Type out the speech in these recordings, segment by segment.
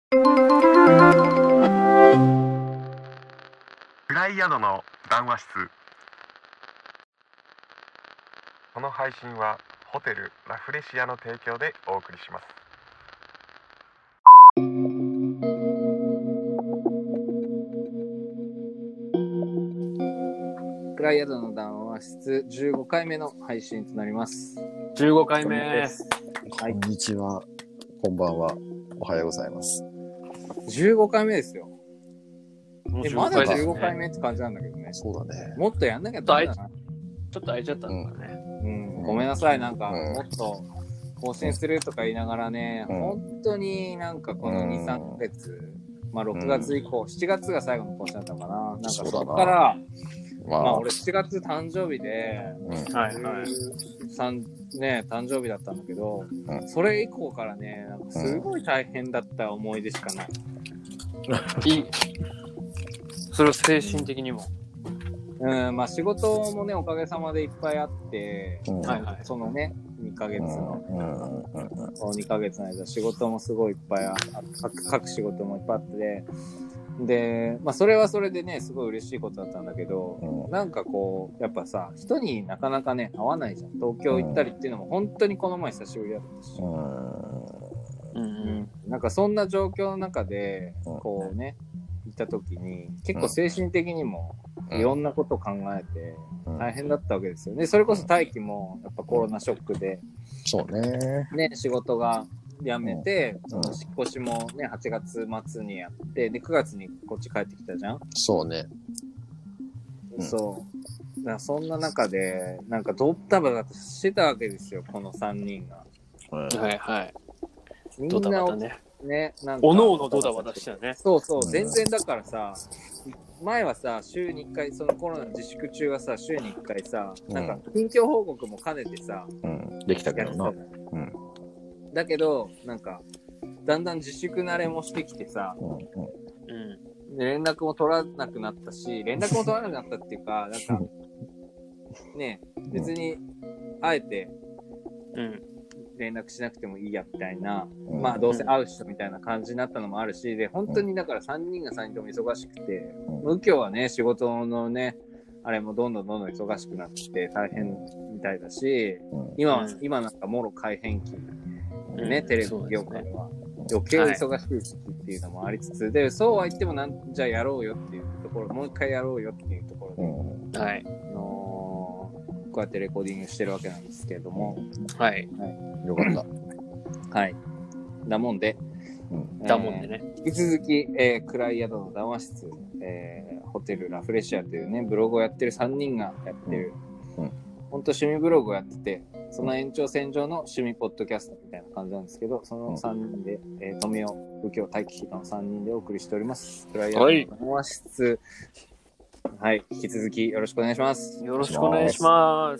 暗い宿の談話室。この配信はホテルラフレシアの提供でお送りします。 暗い宿の談話室15回目の配信となります。 15回目です。 こんにちは、こんばんは、おはようございます。 15回目ですよ。まだですね 15回目って感じなんだけどね。 そうだね。 もっとやんなきゃダメだな。 ちょっと空いちゃったんだね。 ごめんなさい。なんか、もっと更新するとか言いながらね、本当になんかこの2、3ヶ月、まあ6月以降、7月が最後の更新だったのかな。なんかそこから、まあ俺7月誕生日で、 はいはい。 ね、誕生日だったんだけど、それ以降からね、なんかすごい大変だった思い出しかない。 いい。それは精神的にも。 まあ仕事もね、おかげさまでいっぱいあって、 はいはい。 そのね、2ヶ月の、2ヶ月の間、仕事もすごいいっぱい各仕事もいっぱいあって、で、まあそれはそれでね、すごい嬉しいことだったんだけど、なんかこう、やっぱさ、人になかなかね、会わないじゃん。東京行ったりっていうのも本当にこの前久しぶりだったし。なんかそんな状況の中で、こうね、いた時に、結構精神的にもいろんなことを考えて大変だったわけですよね。それこそ大輝もやっぱコロナショックで、 そうね。 ね、仕事が辞めて、その引っ越しもね、8月末にやって、で、9月にこっち帰ってきたじゃん。 そうね。 そう。だからそんな中で、なんかドッタバタしてたわけですよ、この3人が。 はいはい。 みんドタなバタね。 なんかおのおのドタバタしたよね。 そうそう、全然だからさ、前はさ、週に1回、そのコロナ自粛中はさ、週に1回さ、なんか近況報告も兼ねてさ、 できたけどな。 だけど、なんか、だんだん自粛慣れもしてきてさ、で連絡も取らなくなったし、連絡も取らなくなったっていうか、なんか、ね、別に、あえて、連絡しなくてもいいやみたいな、まあどうせ会う人みたいな感じになったのもあるし、で、本当にだから3人が3人とも忙しくて、右京はね、仕事のね、あれもどんどん忙しくなって大変みたいだし、今なんかもろ改変期、ね、テレビ業界は余計忙しい時期っていうのもありつつ、で、そうは言ってもじゃあやろうよっていうところ、もう一回やろうよっていうところで、こうやってレコーディングしてるわけなんですけれども、 よかった。 はい。だもんでね。引き続き、暗い宿の談話室、ホテルラフレシアというね、ブログをやってる3人がやってる、ほんと趣味ブログをやってて、その延長線上の趣味ポッドキャストみたいな感じなんですけど、その3人で、富雄、右京、大輝の3人でお送りしております。暗い宿の談話室、はい、引き続きよろしくお願いします。 よろしくお願いします。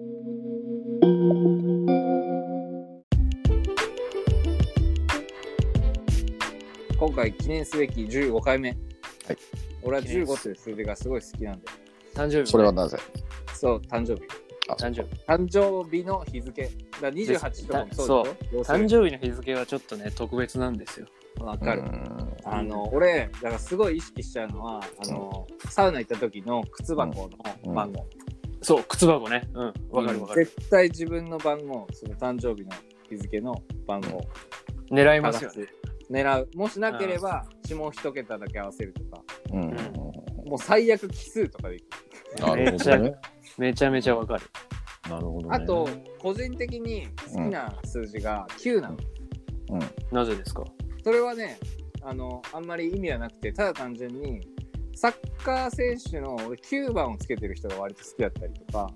今回記念すべき15回目。俺は15という数字がすごい好きなんで。 誕生日。 それはなぜ？ そう、誕生日。誕生日の日付。だ28とかもそうでしょ？ 誕生日の日付はちょっとね、特別なんですよ。 わかる。俺、だからすごい意識しちゃうのは、サウナ行った時の靴箱の番号。 そう、靴箱ね。わかる。 絶対自分の番号、その誕生日の日付の番号。 狙いますよね。 狙う。もしなければ、下1桁だけ合わせるとか。もう最悪奇数とかでいい。 めちゃめちゃわかる。 なるほどね。 あと、個人的に好きな数字が9なの。 なぜですか？ それはね、あんまり意味はなくて、ただ単純に、サッカー選手の俺9番をつけてる人が割と好きだったりとか、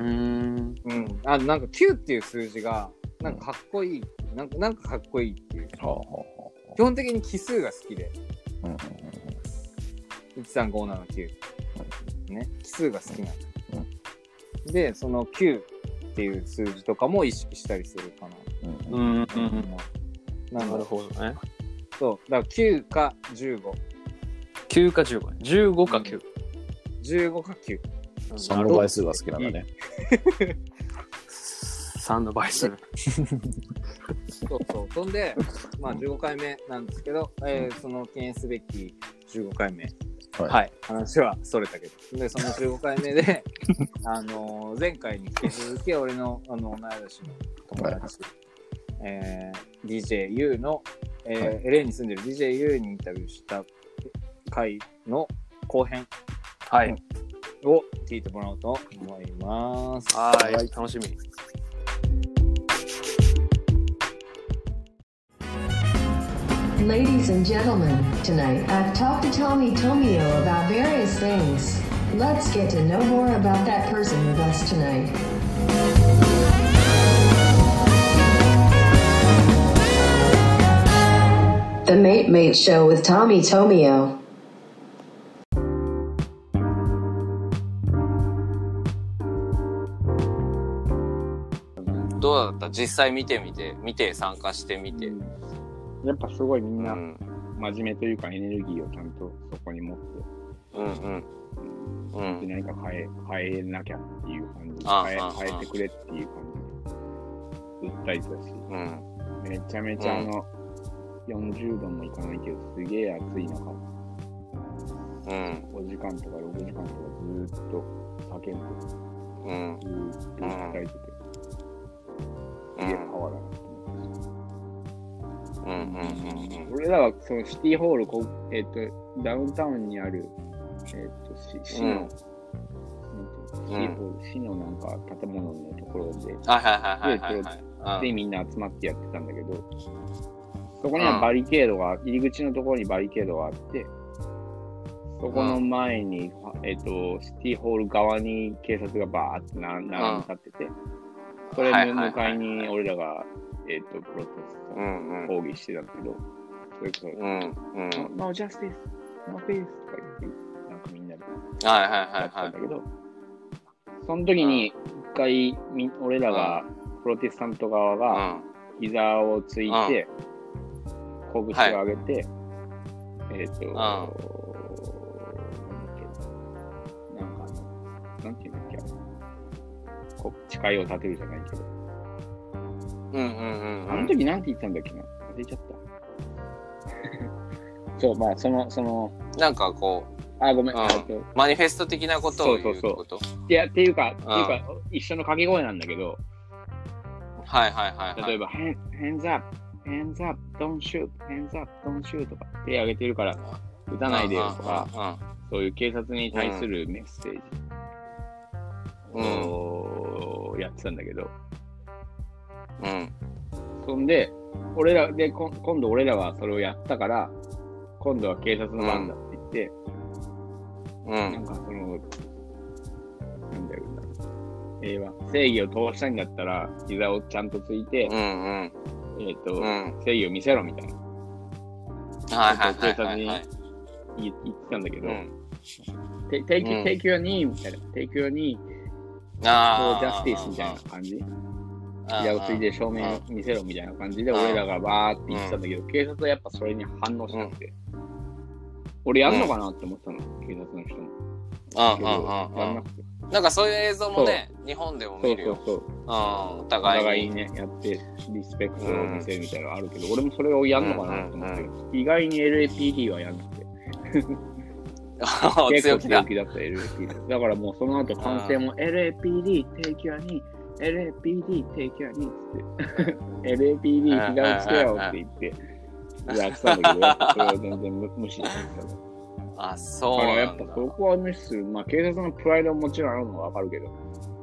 なんか9っていう数字が、なんかかっこいい、なんかかっこいいっていう。基本的に奇数が好きで、13579、ね、奇数が好きなの。で、その9っていう数字とかも意識したりするかな。 なるほどね。 そう、だから9か15。 9か15。15か9。 15か9。 3の倍数が好きなんだね。 3の倍数。 そうそう。そんで、まあ15回目なんですけど、その記念すべき15回目。 はい。 話はそれたけど。で、その15回目で、前回に引き続き、俺の、同い年の友達、DJU の、LA に住んでる DJU にインタビューした回の後編。 はい。 を聞いてもらおうと思います。 はい。楽しみ。 Ladies and gentlemen, tonight I've talked to Tommy Tomio about various things. Let's get to know more about that person with us tonight. The Mate Mate Show with Tommy Tomio. どうだった？実際見て参加してみて。 やっぱすごいみんな真面目というかエネルギーをちゃんとそこに持って、で何か変えなきゃっていう感じで、変えてくれっていう感じで訴えてたし、めちゃめちゃ40度もいかないけどすげえ暑い中、5時間とか6時間とかずーっと叫んで、ずーっと訴えてて、すげえパワーだなって思ってたし。俺らはそのシティホール、ダウンタウンにある、市の、シティホール、市のなんか建物のところで、でみんな集まってやってたんだけど、そこにはバリケードが、入り口のところにバリケードがあって、そこの前に、シティホール側に警察がバーって並んで立ってて、それの向かいに俺らが、プロテスト抗議してたんだけど、それこそ、No justice, no peace とか言って、なんかみんなでやったんだけど、その時に一回、俺らが、プロテスタント側が、膝をついて、拳を上げて、なんていうんだっけ、誓いを立てるじゃないけど、あの時なんて言ったんだっけな、忘れちゃった。そう、まあ、その、 なんかこう、 ごめん、 マニフェスト的なことを言うってこと？ いや、っていうか、一緒の掛け声なんだけど、例えば、hands up, don't shoot, hands up, don't shoot とか手挙げてるから、撃たないでよとか、そういう警察に対するメッセージをやってたんだけど、そんで、今度俺らはそれをやったから、今度は警察の番だって言って、なんかその、なんだよな、正義を通したいんだったら、膝をちゃんとついて、正義を見せろみたいな。警察に言ってたんだけど、take your knee みたいな、take your knee for justice みたいな感じ。膝をついて証明見せろみたいな感じで、俺らがバーって言ってたんだけど、警察はやっぱそれに反応しなくて、俺やんのかなって思ったの、警察の人も。やんなくて。 なんかそういう映像もね、日本でも見るよ。お互いにね、やって、リスペクトを見せるみたいなのあるけど、俺もそれをやんのかなって思ったけど、意外に LAPD はやんなくて。結構強気だった LAPD。だからもうその後歓声も LAPD take your knee LAPD take your knee って LAPD 膝をつけよって言ってやってたんだけど、それは全然無視してた。 そうなんだ。 だからやっぱそこは無視する。まあ警察のプライドももちろんあるのはわかるけど、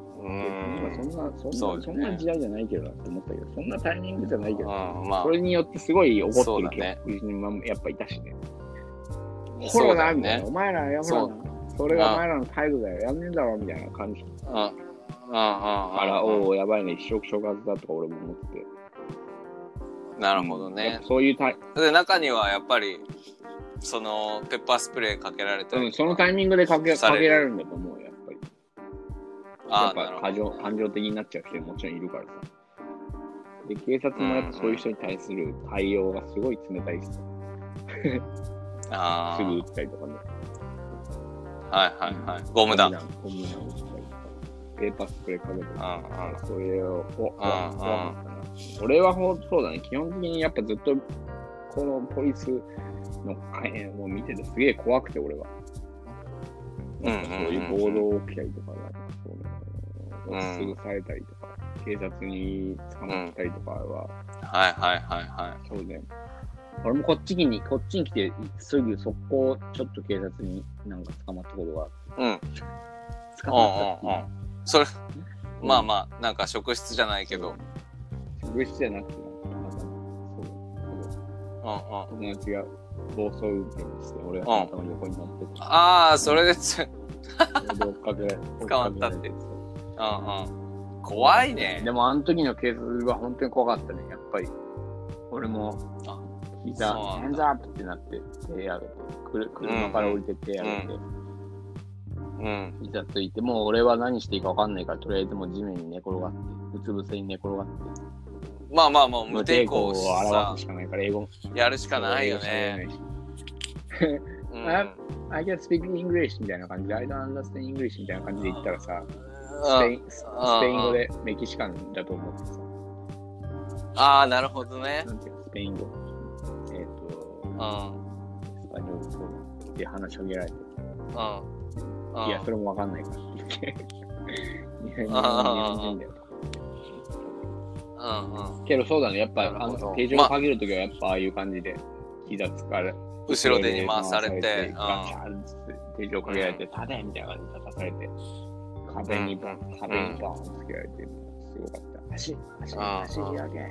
そんな時代じゃないけどなって思ったけど、そんなタイミングじゃないけど、それによってすごい怒ってる人もやっぱいたしね。ほらなみたいな、お前らやめろな、それがお前らの態度だよ、やんねえんだろみたいな感じからやばいね、一触触発だとか俺も思ってて。 なるほどね。 そういうで中にはやっぱりそのペッパースプレーかけられたり、 そのタイミングでかけられるんだと思うよ、やっぱり。やっぱ感情的になっちゃう人もちろんいるからさ。で、警察もやっぱそういう人に対する対応がすごい冷たいです。すぐ撃ったりとかね。 ゴム弾撃ったりとか。 ペーパースプレーかけてる。それを、俺はそうだね、基本的にやっぱずっと、このポリスの火炎を見ててすげえ怖くて、俺は。そういう暴動起きたりとか、押しつぶされたりとか、警察に捕まったりとかは、そうね。俺もこっちに来て、すぐ速攻、ちょっと警察になんか捕まったことがあって。 捕まったって。それ、まあまあ、なんか職質じゃないけど。 職質じゃなくて、友達が暴走運転して、俺がたまたま横に乗ってて。 ああ、それで追っかけられて。 捕まったって。怖いね。 でもあの時の警察は本当に怖かったね、やっぱり。俺も、膝、ヘンズアップってなって、手上げて、車から降りて手上げて、膝ついて、もう俺は何していいか分かんないから、とりあえずもう地面に寝転がって、うつ伏せに寝転がって。 まあまあもう無抵抗を表すしかないから、英語やるしかないよね。 I can speak English みたいな感じで、I don't understand English みたいな感じで言ったらさ、スペイン語でメキシカンだと思ってさ。 ああ、なるほどね。 なんていうの、スペイン語。スパニョールで話しかけられて。いや、それもわかんないからって言って。日本人だよ。けどそうだね、やっぱ、手錠をかけるときはやっぱああいう感じで、膝つかれ、 後ろ手に回されて、 ガチャンって手錠かけられて、立てみたいな感じで叩かれて、壁にバーンつけられて、すごかった。足上げ。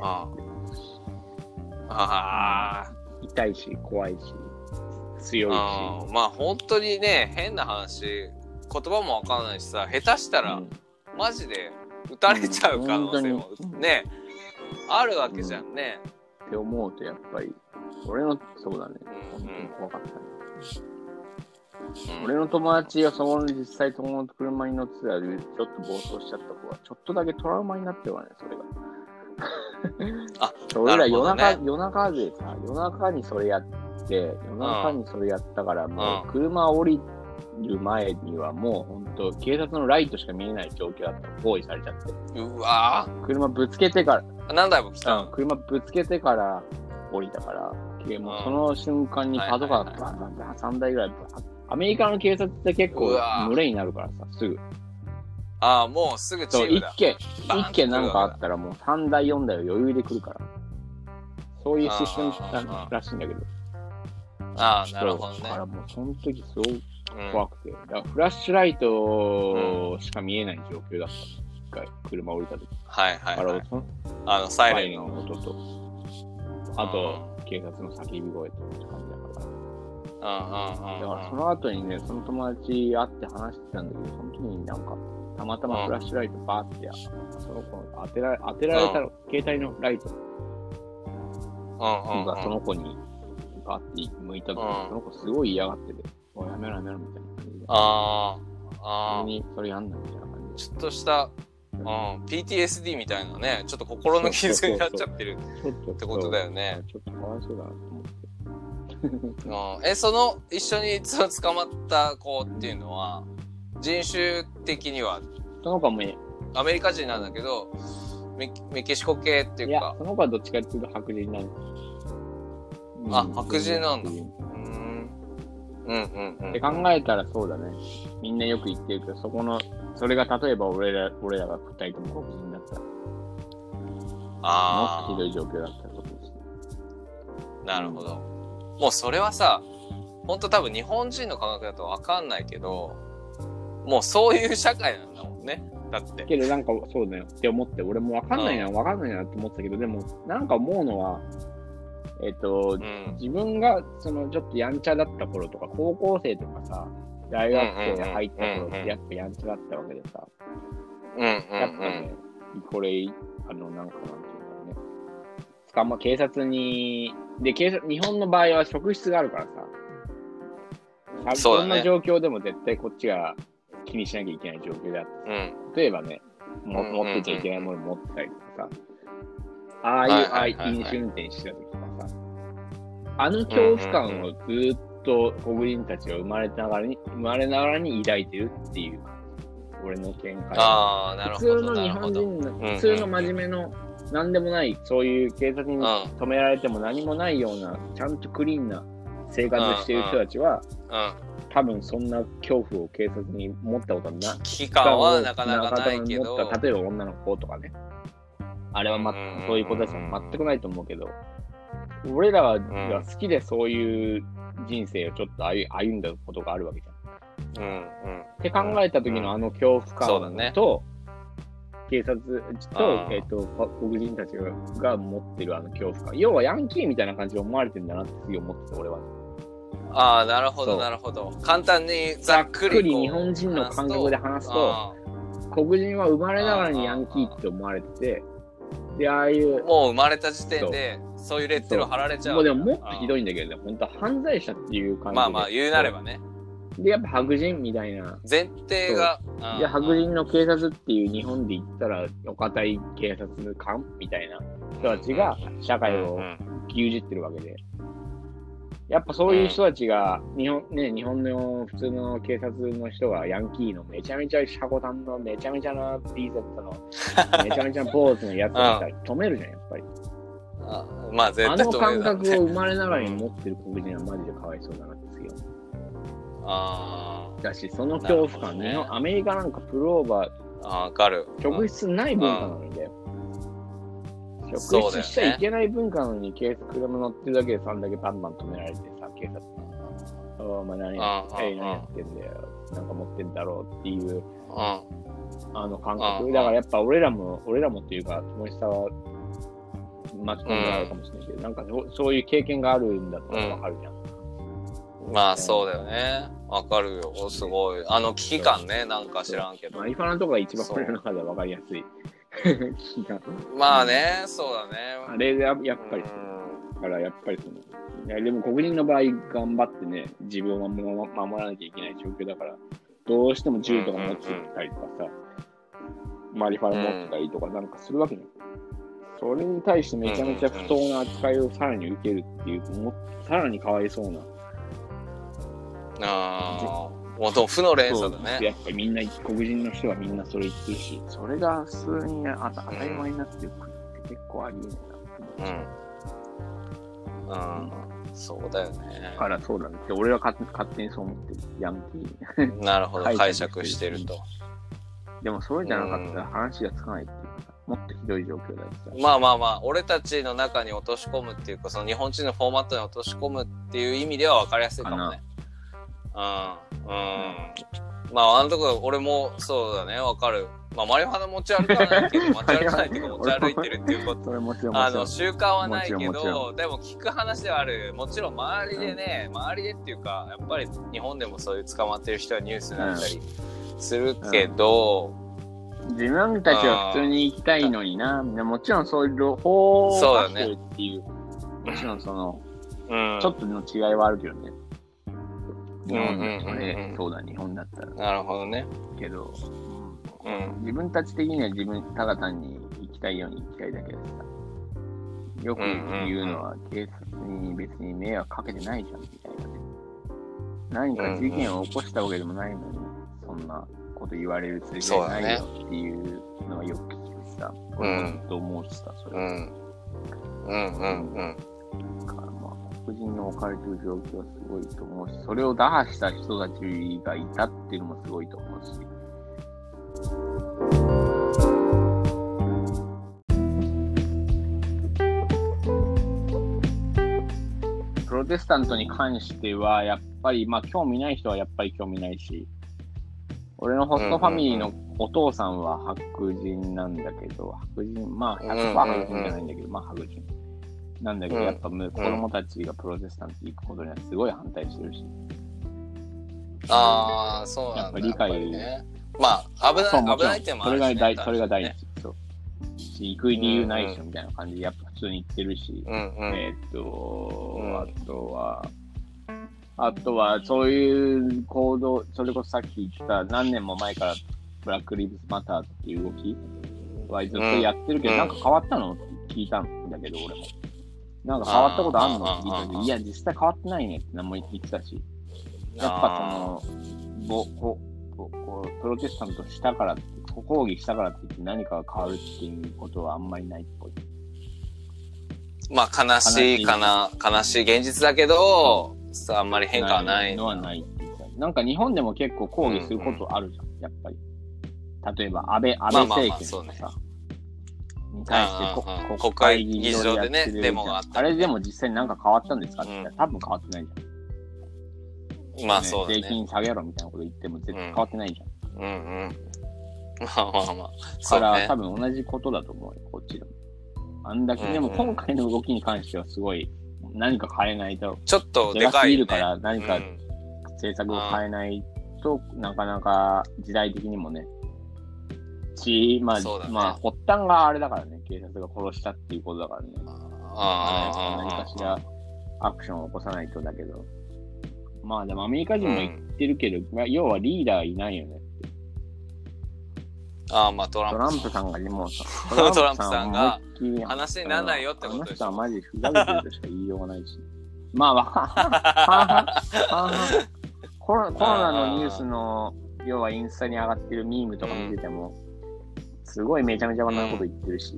痛いし、怖いし、強いし。 まあ本当にね、変な話、言葉もわかんないしさ、下手したら、マジで撃たれちゃう可能性もね、あるわけじゃんね。 って思うと、やっぱり、俺の、そうだね、本当に怖かったね。俺の友達が実際友達の車に乗ってたら、ちょっと暴走しちゃった子は、ちょっとだけトラウマになってるわね、それが。俺ら夜中でさ、夜中にそれやって、夜中にそれやったから、もう車降りる前にはもう本当警察のライトしか見えない状況だったら包囲されちゃって。 うわぁ。車ぶつけてから。 何台も来た。 車ぶつけてから降りたから、もうその瞬間にパトカーがバンバンバン3台ぐらい。アメリカの警察って結構群れになるからさ、すぐ。 ああ、もうすぐチームだ。 一件なんかあったらもう3台4台は余裕で来るから。そういうシステムらしいんだけど。 ああ、なるほどね。 だからもうその時すごく怖くて。だからフラッシュライトしか見えない状況だった。一回車降りた時。 はい。サイレンの音と、あと警察の叫び声とって感じだから。だからその後にね、その友達会って話してたんだけど、その時になんか、たまたまフラッシュライトバーってその子当てられた携帯のライトがその子にバーって向いた時に、その子すごい嫌がってて、もうやめろみたいな感じで。それやんなみたいな感じで。 ちょっとした、PTSD みたいなね、ちょっと心の傷になっちゃってるってことだよね。 ちょっとかわいそうだなと思って。 一緒に捕まった子っていうのは、人種的には、 その子もアメリカ人なんだけど、メキシコ系っていうか。 いや、その子はどっちかっていうと白人なんだ。白人なんだ。 って考えたらそうだね。みんなよく言ってるけど、それが例えば俺らが2人とも黒人だったら、もっとひどい状況だったらことですね。 なるほど。もうそれはさ、ほんと多分日本人の感覚だとわかんないけど、もうそういう社会なんだもんね。だって。 けどなんかそうだよって思って、俺もわかんないなって思ってたけど、でもなんか思うのは、自分がちょっとやんちゃだった頃とか、高校生とかさ、大学生入った頃ってやっぱやんちゃだったわけでさ、やっぱね、これ、なんていうんだろうね。警察に、日本の場合は職質があるからさ、そんな状況でも絶対こっちが気にしなきゃいけない状況であって、例えばね、持ってちゃいけないもの持ってたりとかさ、ああいう飲酒運転してた時とかさ、恐怖感をずっと黒人たちが生まれながらに抱いてるっていう感じ。 俺の見解。 なるほど。 普通の日本人の、普通の真面目の、なんでもない、そういう警察に止められても何もないような、ちゃんとクリーンな生活している人たちは、多分そんな恐怖を警察に持ったことはない。 危機感はなかなかないけど。 例えば女の子とかね。あれはそういうことですよ。全くないと思うけど、俺らが好きでそういう人生をちょっと歩んだことがあるわけじゃん。って考えた時のあの恐怖感と、警察と、黒人たちが持ってるあの恐怖感。要はヤンキーみたいな感じで思われてるんだなって次思ってた、俺は。 なるほど、なるほど。簡単にざっくり日本人の感覚で話すと、黒人は生まれながらにヤンキーって思われてて、で、ああいう。 もう生まれた時点で、そういうレッテルを貼られちゃう。 もうでももっとひどいんだけどね、本当は犯罪者っていう感じで。 まあ言うなればね。 で、やっぱ白人みたいな。 前提が。 で、白人の警察っていう日本で言ったら、お堅い警察官みたいな人たちが社会を牛耳ってるわけで。やっぱそういう人たちが、日本の普通の警察の人がヤンキーのめちゃめちゃシャコタンのめちゃめちゃな B ゼットのめちゃめちゃポーズのやつだったら止めるじゃん、やっぱり。 まあ絶対止める、 あの感覚を生まれながらに持ってる黒人はマジでかわいそうだなってすよ。だし、その恐怖感ね、アメリカなんかプルオーバー、 わかる。 職質ない文化なので。職質しちゃいけない文化なのに、車乗ってるだけで3だけバンバン止められてさ、警察お前何やってんだよ。なんか持ってんだろうっていう、あの感覚。だからやっぱ俺らもっていうか、友久は巻き込んであるかもしれないけど、なんかそういう経験があるんだったらわかるじゃん。 まあそうだよね。わかるよ。すごい。あの危機感ね、なんか知らんけど。 マリファナとかが一番俺の中ではわかりやすい。 まあね、そうだね。 あれでやっぱりだからやっぱりでも黒人の場合頑張ってね、自分を守らなきゃいけない状況だから、どうしても銃とか持ってたりとかさ、マリファナ持ってたりとかなんかするわけじゃん。それに対してめちゃめちゃ不当な扱いをさらに受けるっていう、さらにかわいそうな。 もう負の連鎖だね。 やっぱりみんな、黒人の人はみんなそれ言ってるし、それが普通に当たり前になってるって結構ありえないな。 そうだよね。 だからそうだね。俺は勝手にそう思ってる。ヤンキー。 なるほど、解釈してると。 でもそれじゃなかったら話がつかないっていうか、もっとひどい状況だよ。 まあ、俺たちの中に落とし込むっていうか、その日本人のフォーマットに落とし込むっていう意味では分かりやすいかもね。まああのとこ俺もそうだね、わかる。まあマリファナ持ち歩かないけど、持ち歩かないっていうか持ち歩いてるっていうこと習慣はないけど、でも聞く話ではある。もちろん周りでっていうか、やっぱり日本でもそういう捕まってる人はニュースになったりするけど、 自分たちは普通に行きたいのにな。もちろんそういう法を出してるっていう、もちろんその、ちょっとの違いはあるけどね。日本だ、日本だったら。 なるほどね。 けど、自分たち的にはただ単に行きたいように行きたいだけでさ。よく言うのは、警察に別に迷惑かけてないじゃん、みたいなね。何か事件を起こしたわけでもないのに、そんなこと言われるつもりはないよっていうのはよく聞くしさ。俺もずっと思うしさ、それ。黒人の置かれている状況はすごいと思うし、それを打破した人たちがいたっていうのもすごいと思うし。プロテスタントに関しては、やっぱり、興味ない人はやっぱり興味ないし、俺のホストファミリーのお父さんは白人なんだけど、100%白人じゃないんだけど、白人。なんだけど、やっぱ子供たちがプロテスタントに行くことにはすごい反対してるし。 そうなんだ。 やっぱ理解。 危ないってもあるしね。 それが第一。そう。行く理由ないしみたいな感じで、やっぱ普通に行ってるし。あとは、そういう行動、それこそさっき言った何年も前からブラックリブズマターっていう動きはずっとやってるけど、なんか変わったのって聞いたんだけど、俺も。なんか変わったことあんのって聞いたけど、いや、実際変わってないねって何も言ってたし。やっぱプロテスタントしたから、抗議したからって言って何かが変わるっていうことはあんまりないっぽい。 まあ悲しい現実だけど、あんまり変化はない。 のはないって言った。なんか日本でも結構抗議することあるじゃん、やっぱり。例えば安倍政権とかさ、に対して国会議事堂でね、デモがあった。あれでも実際に何か変わったんですかって言ったら、多分変わってないじゃん。 まあそうだね。 税金下げろみたいなこと言っても絶対変わってないじゃん。 まあ。 だから多分同じことだと思うよ、こっちでも。あんだけ、でも今回の動きに関してはすごい何か変えないと。 ちょっとでかい、ね。 でかすぎるから何か政策を変えないと、なかなか時代的にもね。まあ、ね、まあ、発端があれだからね、警察が殺したっていうことだからね。何かしらアクションを起こさないとだけど。まあでもアメリカ人も言ってるけど、要はリーダーいないよねって。 まあトランプさんがもうさ、 トランプさんが話にならないよってことでしょ。 あの人はマジふざけてるとしか言いようがないし。まあ、コロナのニュースの、要はインスタに上がってるミームとか見てても、すごいめちゃめちゃなこと言ってるし。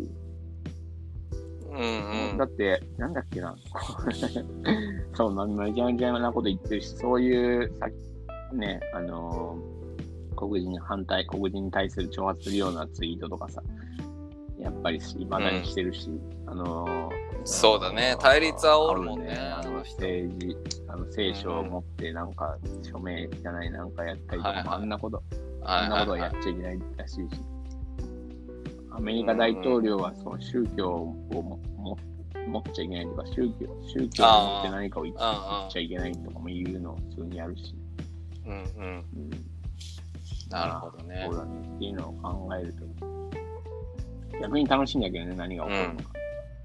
だって、なんだっけな。そう、めちゃめちゃなこと言ってるし、そういう、ね、黒人に対する挑発するようなツイートとかさ、やっぱり未だにしてるし、 そうだね、対立はおるもんね。 聖書を持ってなんか署名じゃないなんかやったりとか、あんなことはやっちゃいけないらしいし、アメリカ大統領はその宗教を持っちゃいけないとか、宗教を持って何かを言っちゃいけないとかも言うのを普通にやるし。 なるほどね。 そうだね。っていうのを考えると、逆に楽しいんだけどね、何が起こるのか。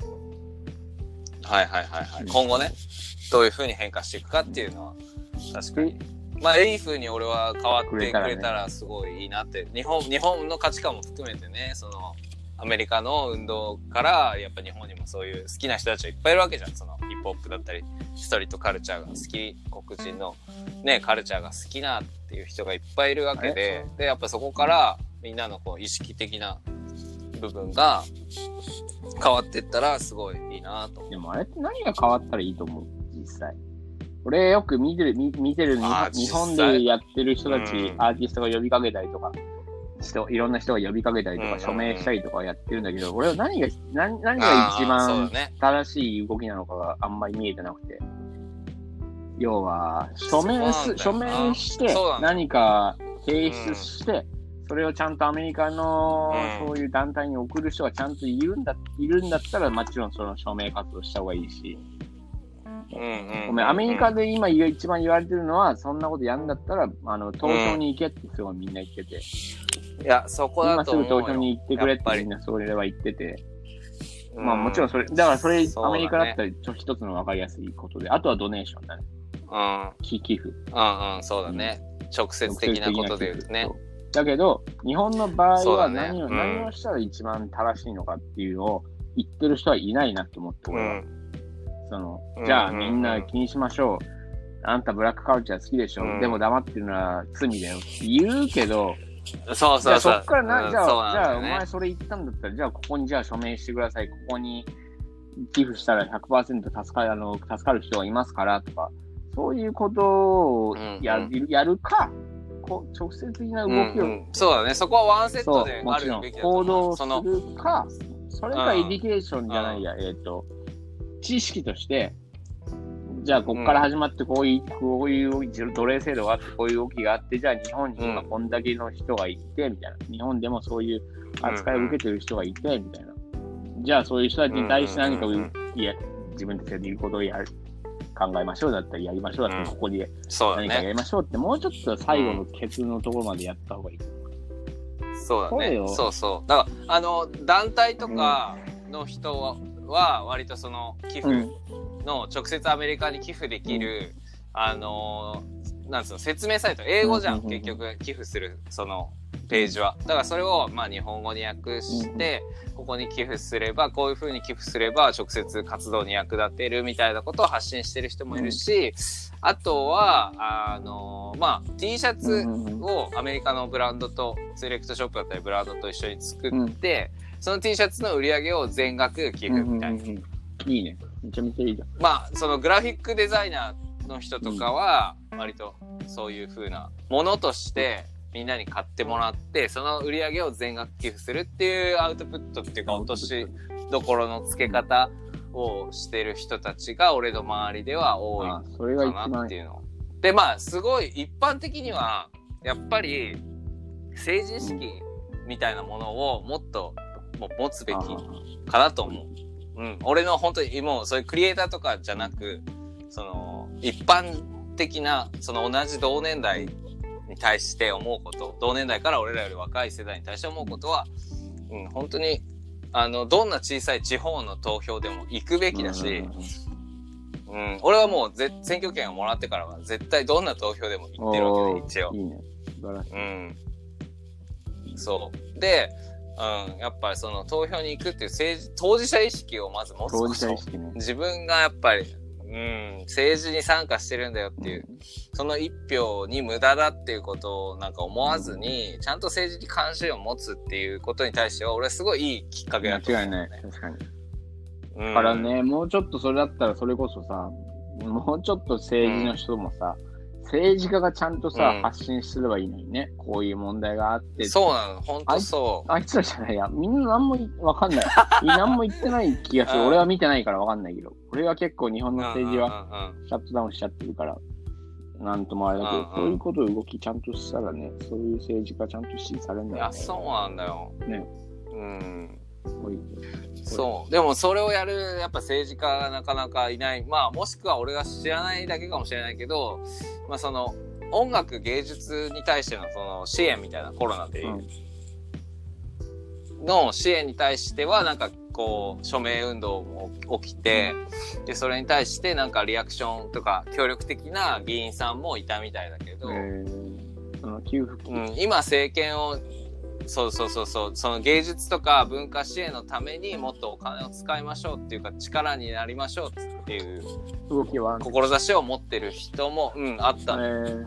はい。今後ね、どういう風に変化していくかっていうのは、確かに。まあ、いい風に俺は変わってくれたらすごいいいなって、日本の価値観も含めてね、その、アメリカの運動から、やっぱ日本にもそういう好きな人たちがいっぱいいるわけじゃん。そのヒップホップだったり、ストリートカルチャーが好き、黒人のね、カルチャーが好きなっていう人がいっぱいいるわけで、で、やっぱそこからみんなのこう意識的な部分が変わっていったらすごいいいなと。 でもあれって何が変わったらいいと思う？実際。俺よく見てる日本でやってる人たち、アーティストが呼びかけたりとか、いろんな人が呼びかけたりとか、署名したりとかやってるんだけど、俺は何が一番正しい動きなのかがあんまり見えてなくて。要は、署名して、何か提出して、それをちゃんとアメリカのそういう団体に送る人がちゃんといるんだったら、もちろんその署名活動した方がいいし。ごめん、アメリカで今一番言われてるのは、そんなことやんだったら、投票に行けってすごいみんな言ってて。 いや、そこだと思うよ。 今すぐ投票に行ってくれってみんなそれは言ってて。まあもちろんだからそれ、アメリカだったら一つの分かりやすいことで、あとはドネーションだね。寄付。 そうだね。直接的なことで言うとね。 だけど、日本の場合は何をしたら一番正しいのかっていうのを言ってる人はいないなと思って、俺は。じゃあみんな気にしましょう。あんたブラックカルチャー好きでしょ。でも黙ってるのは罪だよって言うけど、 そっからじゃあお前それ言ったんだったら、じゃあここにじゃあ署名してください。ここに寄付したら 100% 助かる人がいますからとか、そういうことをやるか、直接的な動きを、 そうだね。そこはワンセットであるべきだと思う。 行動するか、それかエディケーションじゃないや、知識として、じゃあここから始まってこういう奴隷制度があってこういう動きがあって、じゃあ日本に今こんだけの人がいてみたいな、日本でもそういう扱いを受けてる人がいてみたいな、じゃあそういう人たちに対して何か自分たちが言うことを考えましょうだったりやりましょうだったり、ここで何かやりましょうって、もうちょっと最後のケツのところまでやった方がいい。 そうだね。そうだから団体とかの人は割とその寄付の直接アメリカに寄付できる、なんつうの説明サイト英語じゃん、結局寄付するそのページは。だからそれをまあ日本語に訳して、ここに寄付すれば、こういう風に寄付すれば直接活動に役立てるみたいなことを発信してる人もいるし、あとはまあ T シャツをアメリカのブランドとセレクトショップだったりブランドと一緒に作って、その T シャツの売り上げを全額寄付みたいな。 いいね。めちゃめちゃいいじゃん。 まあそのグラフィックデザイナーの人とかは割とそういう風なものとしてみんなに買ってもらって、その売り上げを全額寄付するっていうアウトプットっていうか落としどころの付け方をしてる人たちが俺の周りでは多いかなっていうの。でまあすごい一般的にはやっぱり政治意識みたいなものをもっと持つべきかなと思う。俺の本当にもうそういうクリエイターとかじゃなく、その一般的なその同じ同年代に対して思うこと、同年代から俺らより若い世代に対して思うことは、本当にどんな小さい地方の投票でも行くべきだし、俺はもう選挙権をもらってからは絶対どんな投票でも行ってるわけで、一応。 いいね。素晴らしい。 そうで、やっぱりその投票に行くっていう当事者意識をまず持つこと。当事者意識ね。自分がやっぱり政治に参加してるんだよっていう、その一票に無駄だっていうことをなんか思わずに、ちゃんと政治に関心を持つっていうことに対しては俺はすごいいいきっかけだと思う、ね。間違いない。確かに。だからね、もうちょっとそれだったらそれこそさ、もうちょっと政治の人もさ、政治家がちゃんとさ、発信すればいいのにね。こういう問題があって。そうなの、ほんとそう。あいつらじゃないや。みんな何もわかんない。何も言ってない気がする。俺は見てないからわかんないけど。俺は結構日本の政治はシャットダウンしちゃってるから、なんともあれだけど、こういうこと動きちゃんとしたらね、そういう政治家ちゃんと支持されるんだよね。いや、そうなんだよ。ね。そう。でもそれをやるやっぱ政治家がなかなかいない。まあもしくは俺が知らないだけかもしれないけど、まあその音楽芸術に対してのその支援みたいな、コロナでいう、の支援に対してはなんかこう署名運動も起きて、でそれに対してなんかリアクションとか協力的な議員さんもいたみたいだけど、給付金、今政権をそうその芸術とか文化支援のためにもっとお金を使いましょうっていうか力になりましょうっていう動きは志を持ってる人もあったね。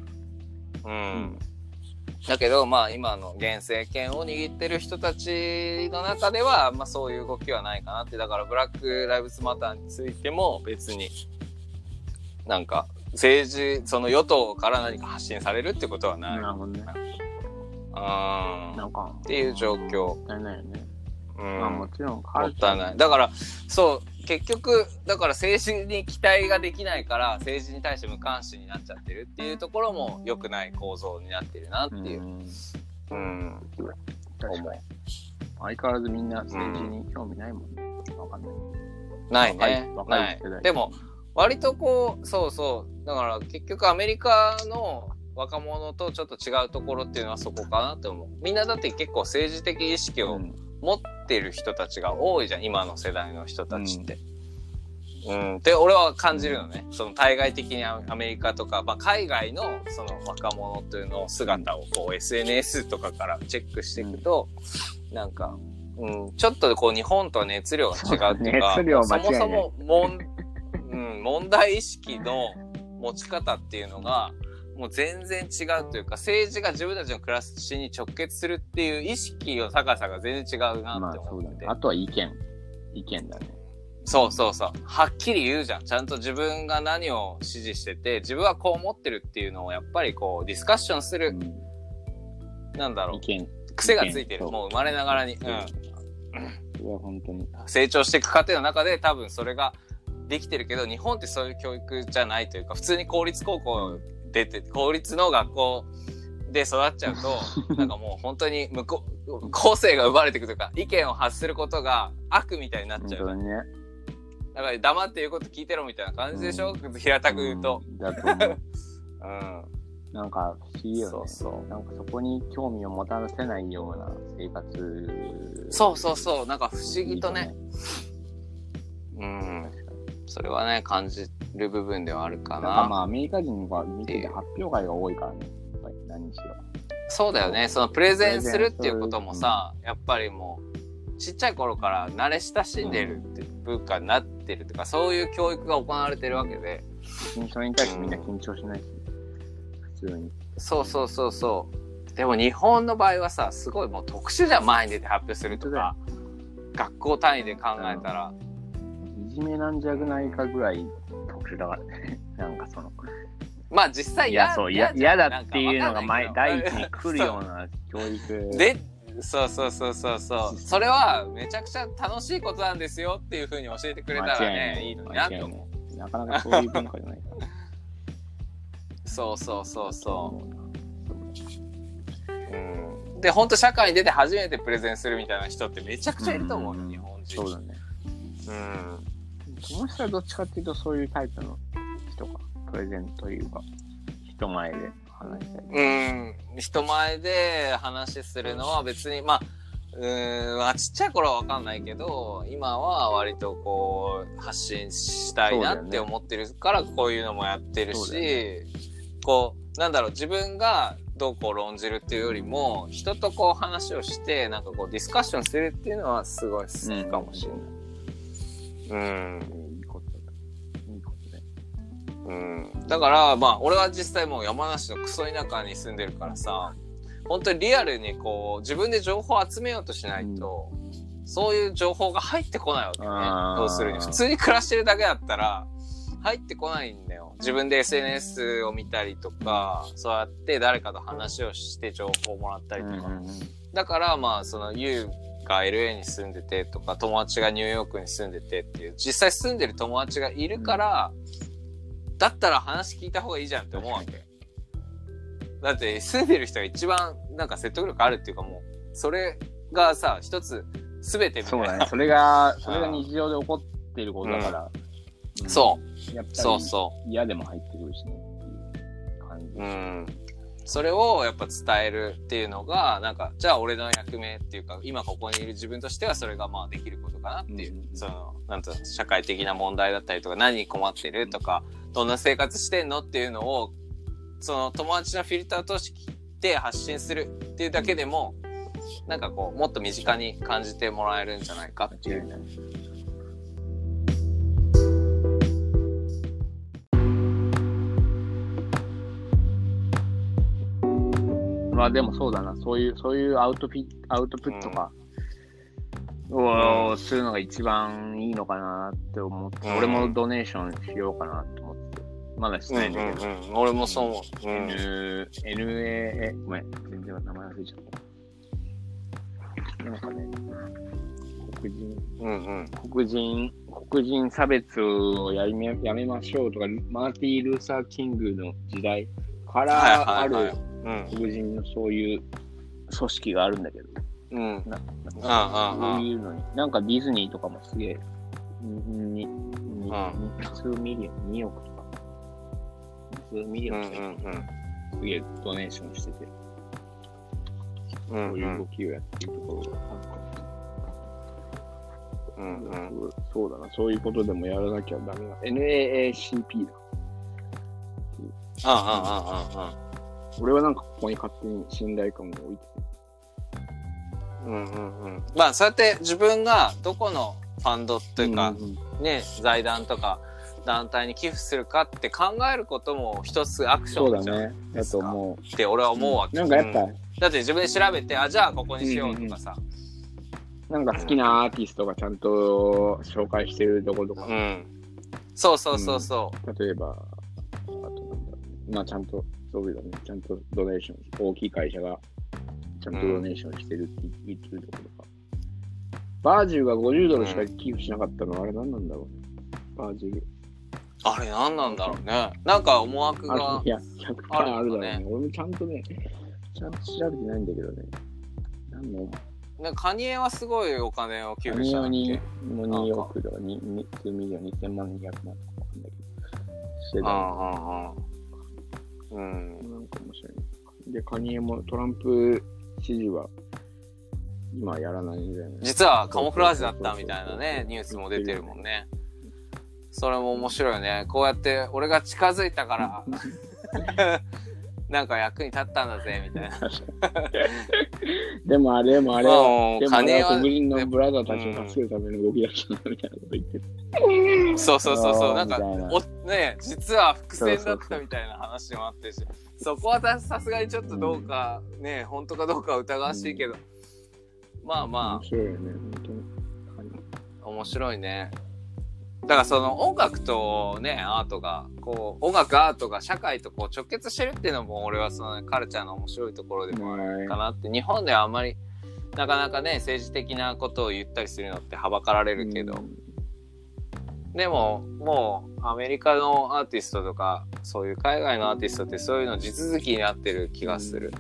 だけどまあ今の現政権を握ってる人たちの中ではまあそういう動きはないかなって。だからブラックライブズマターについても別になんか政治その与党から何か発信されるってことはない。なるほどね。なんかっていう状況。もったいないよね。まあもちろんもったいない。だからそう結局だから政治に期待ができないから政治に対して無関心になっちゃってるっていうところも良くない構造になってるなっていう。思う。相変わらずみんな政治に興味ないもんね。わかんない。ないね。ない。でも割とこうそうだから結局アメリカの若者とちょっと違うところっていうのはそこかなって思う。みんなだって結構政治的意識を持ってる人たちが多いじゃん、今の世代の人たちって。って俺は感じるのね。その対外的にアメリカとか、まあ、海外のその若者というの姿をこう SNS とかからチェックしていくと、なんか、ちょっとこう日本とは熱量が違うっていうか、そもそも問題意識の持ち方っていうのがもう全然違うというか、政治が自分たちの暮らしに直結するっていう意識の高さが全然違うなって思ってて、あとは意見だね。そうはっきり言うじゃん。ちゃんと自分が何を支持してて自分はこう思ってるっていうのをやっぱりこうディスカッションする、なんだろう、癖がついてる。もう生まれながらにそれは本当に成長していく過程の中で多分それができてるけど、日本ってそういう教育じゃないというか、普通に公立高校出て公立の学校で育っちゃうとなんかもう本当に個性が奪われていくというか、意見を発することが悪みたいになっちゃう。だから黙って言うこと聞いてろみたいな感じでしょ、平たく言うと。なんか不思議よね。なんかそこに興味を持たせないような生活。そうなんか不思議とね。それはね感じる部分ではあるかな。まあアメリカ人は見てて発表会が多いからね。やっぱり何にしろ。 そうだよね。そのプレゼンするっていうこともさ、やっぱりもうちっちゃい頃から慣れ親しんでるって文化になってるとか、そういう教育が行われてるわけで、 それに対してみんな緊張しないし、普通に。 そうでも日本の場合はさ、すごいもう特殊じゃん。前に出て発表するとか、学校単位で考えたらいじめなんじゃないかぐらい特殊だからね。なんかそのまあ実際嫌だっていうのが第一に来るような教育で、そうそれはめちゃくちゃ楽しいことなんですよっていう風に教えてくれたらね、いいのになって思う。 なかなかそういう文化じゃないからそうで、本当社会に出て初めてプレゼンするみたいな人ってめちゃくちゃいると思うよ、日本人。 そうだね。友達はどっちかっていうとそういうタイプの人か、プレゼンというか、人前で話したり。 人前で話するのは別に、まあちっちゃい頃は分かんないけど、今は割とこう発信したいなって思ってるからこういうのもやってるし、こうなんだろう、自分がどうこう論じるっていうよりも人とこう話をしてなんかこうディスカッションするっていうのはすごい好きかもしれない。いいことね。だからまあ俺は実際もう山梨のクソ田舎に住んでるからさ、本当にリアルにこう自分で情報を集めようとしないと、そういう情報が入ってこないわけね。要するに普通に暮らしてるだけだったら入ってこないんだよ。自分で SNS を見たりとか、そうやって誰かと話をして情報をもらったりとか。だからまあそのユウが LA に住んでてとか、友達がニューヨークに住んでてっていう、実際住んでる友達がいるから、だったら話聞いた方がいいじゃんって思うわけ。だって住んでる人が一番なんか説得力あるっていうか、もうそれがさ、一つ全てみたいな。 そうだね。それが日常で起こっていることだから。 そうやっぱり嫌でも入ってくるしねっていう感じ。 それをやっぱ伝えるっていうのがなんか、じゃあ俺の役目っていうか、今ここにいる自分としてはそれがまあできることかなっていう、そのなんと社会的な問題だったりとか、何に困ってるとか、どんな生活してんのっていうのをその友達のフィルターを通して発信するっていうだけでもなんかこうもっと身近に感じてもらえるんじゃないかっていう。 まあでもそうだな、そういうアウトプットかをするのが一番いいのかなって思って、俺もドネーションしようかなと思って、まだしてないんだけど、 俺もそう思う。 NA ごめん、全然名前忘れちゃった。なんかね、黒人差別をやめましょうとか、マーティー・ルーサー・キングの時代からある黒人のそういう組織があるんだけど、そういうのに、なんかディズニーとかもすげえ、数ミリオン、2億とか、数ミリオンすげえドネーションしてて、そういう動きをやってるところがあるから、そうだな、そういうことでもやらなきゃダメな。NAACP だ。俺はなんかここに勝手に信頼感を置いてまあそうやって自分がどこのファンドというか、ね、財団とか団体に寄付するかって考えることも一つアクションじゃないですか。そうだね。だと思う。って俺は思うわけ。 なんかやっぱ、 だって自分で調べて、じゃあここにしようとかさ。 なんか好きなアーティストがちゃんと紹介してるところとか。 そう。 例えば、あとなんだろう。まあちゃんと、そうだね。ちゃんとドネーション、大きい会社がちゃんとドネーションしてるって言ってるところとか。バージルが$50しか寄付しなかったのはあれ何なんだろうね。バージル。 あれ何なんだろうね。なんか思惑がいや、100% あるだろうね。俺もちゃんと調べてないんだけどね。 カニエはすごいお金を寄付したんだっけ。カニエにも2億とか2ミリオン2000万200万とかわかんないけど。してた。なんか面白い。で、カニエもトランプ支持は今やらないんだよね。 実はカモフラージュだったみたいなね、ニュースも出てるもんね。それも面白いよね。こうやって俺が近づいたからなんか役に立ったんだぜみたいな。 でもあれは黒人のブラザーたちを助けるための動きだったんだみたいなこと言ってる。 そうなんかね実は伏線だったみたいな話もあってし、そこはさすがにちょっとどうかね本当かどうかは疑わしいけど、まあまあ面白いよね本当に。 面白いね。だからその音楽とねアートがこう音楽アートが社会とこう直結してるっていうのも俺はそのカルチャーの面白いところでもあるかなって。日本ではあんまりなかなかね政治的なことを言ったりするのってはばかられるけど、でももうアメリカのアーティストとかそういう海外のアーティストってそういうの地続きになってる気がする。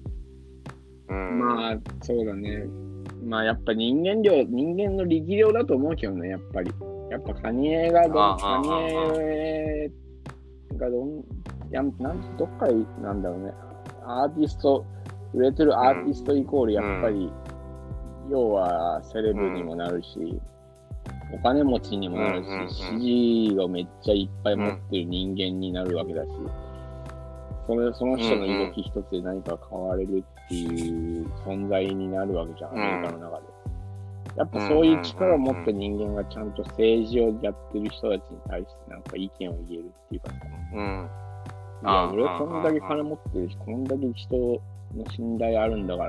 まあそうだね。まあやっぱ人間の力量だと思うけどね、やっぱりカニエがどっかなんだろうね、アーティスト、売れてるアーティストイコールやっぱり、要はセレブにもなるし、お金持ちにもなるし、支持をめっちゃいっぱい持ってる人間になるわけだし、その人の動き一つで何か変われるっていう存在になるわけじゃん、アメリカの中で。やっぱそういう力を持った人間がちゃんと政治をやってる人たちに対してなんか意見を言えるっていうかさ。いや、俺はこんだけ金持ってるし、こんだけ人の信頼あるんだから、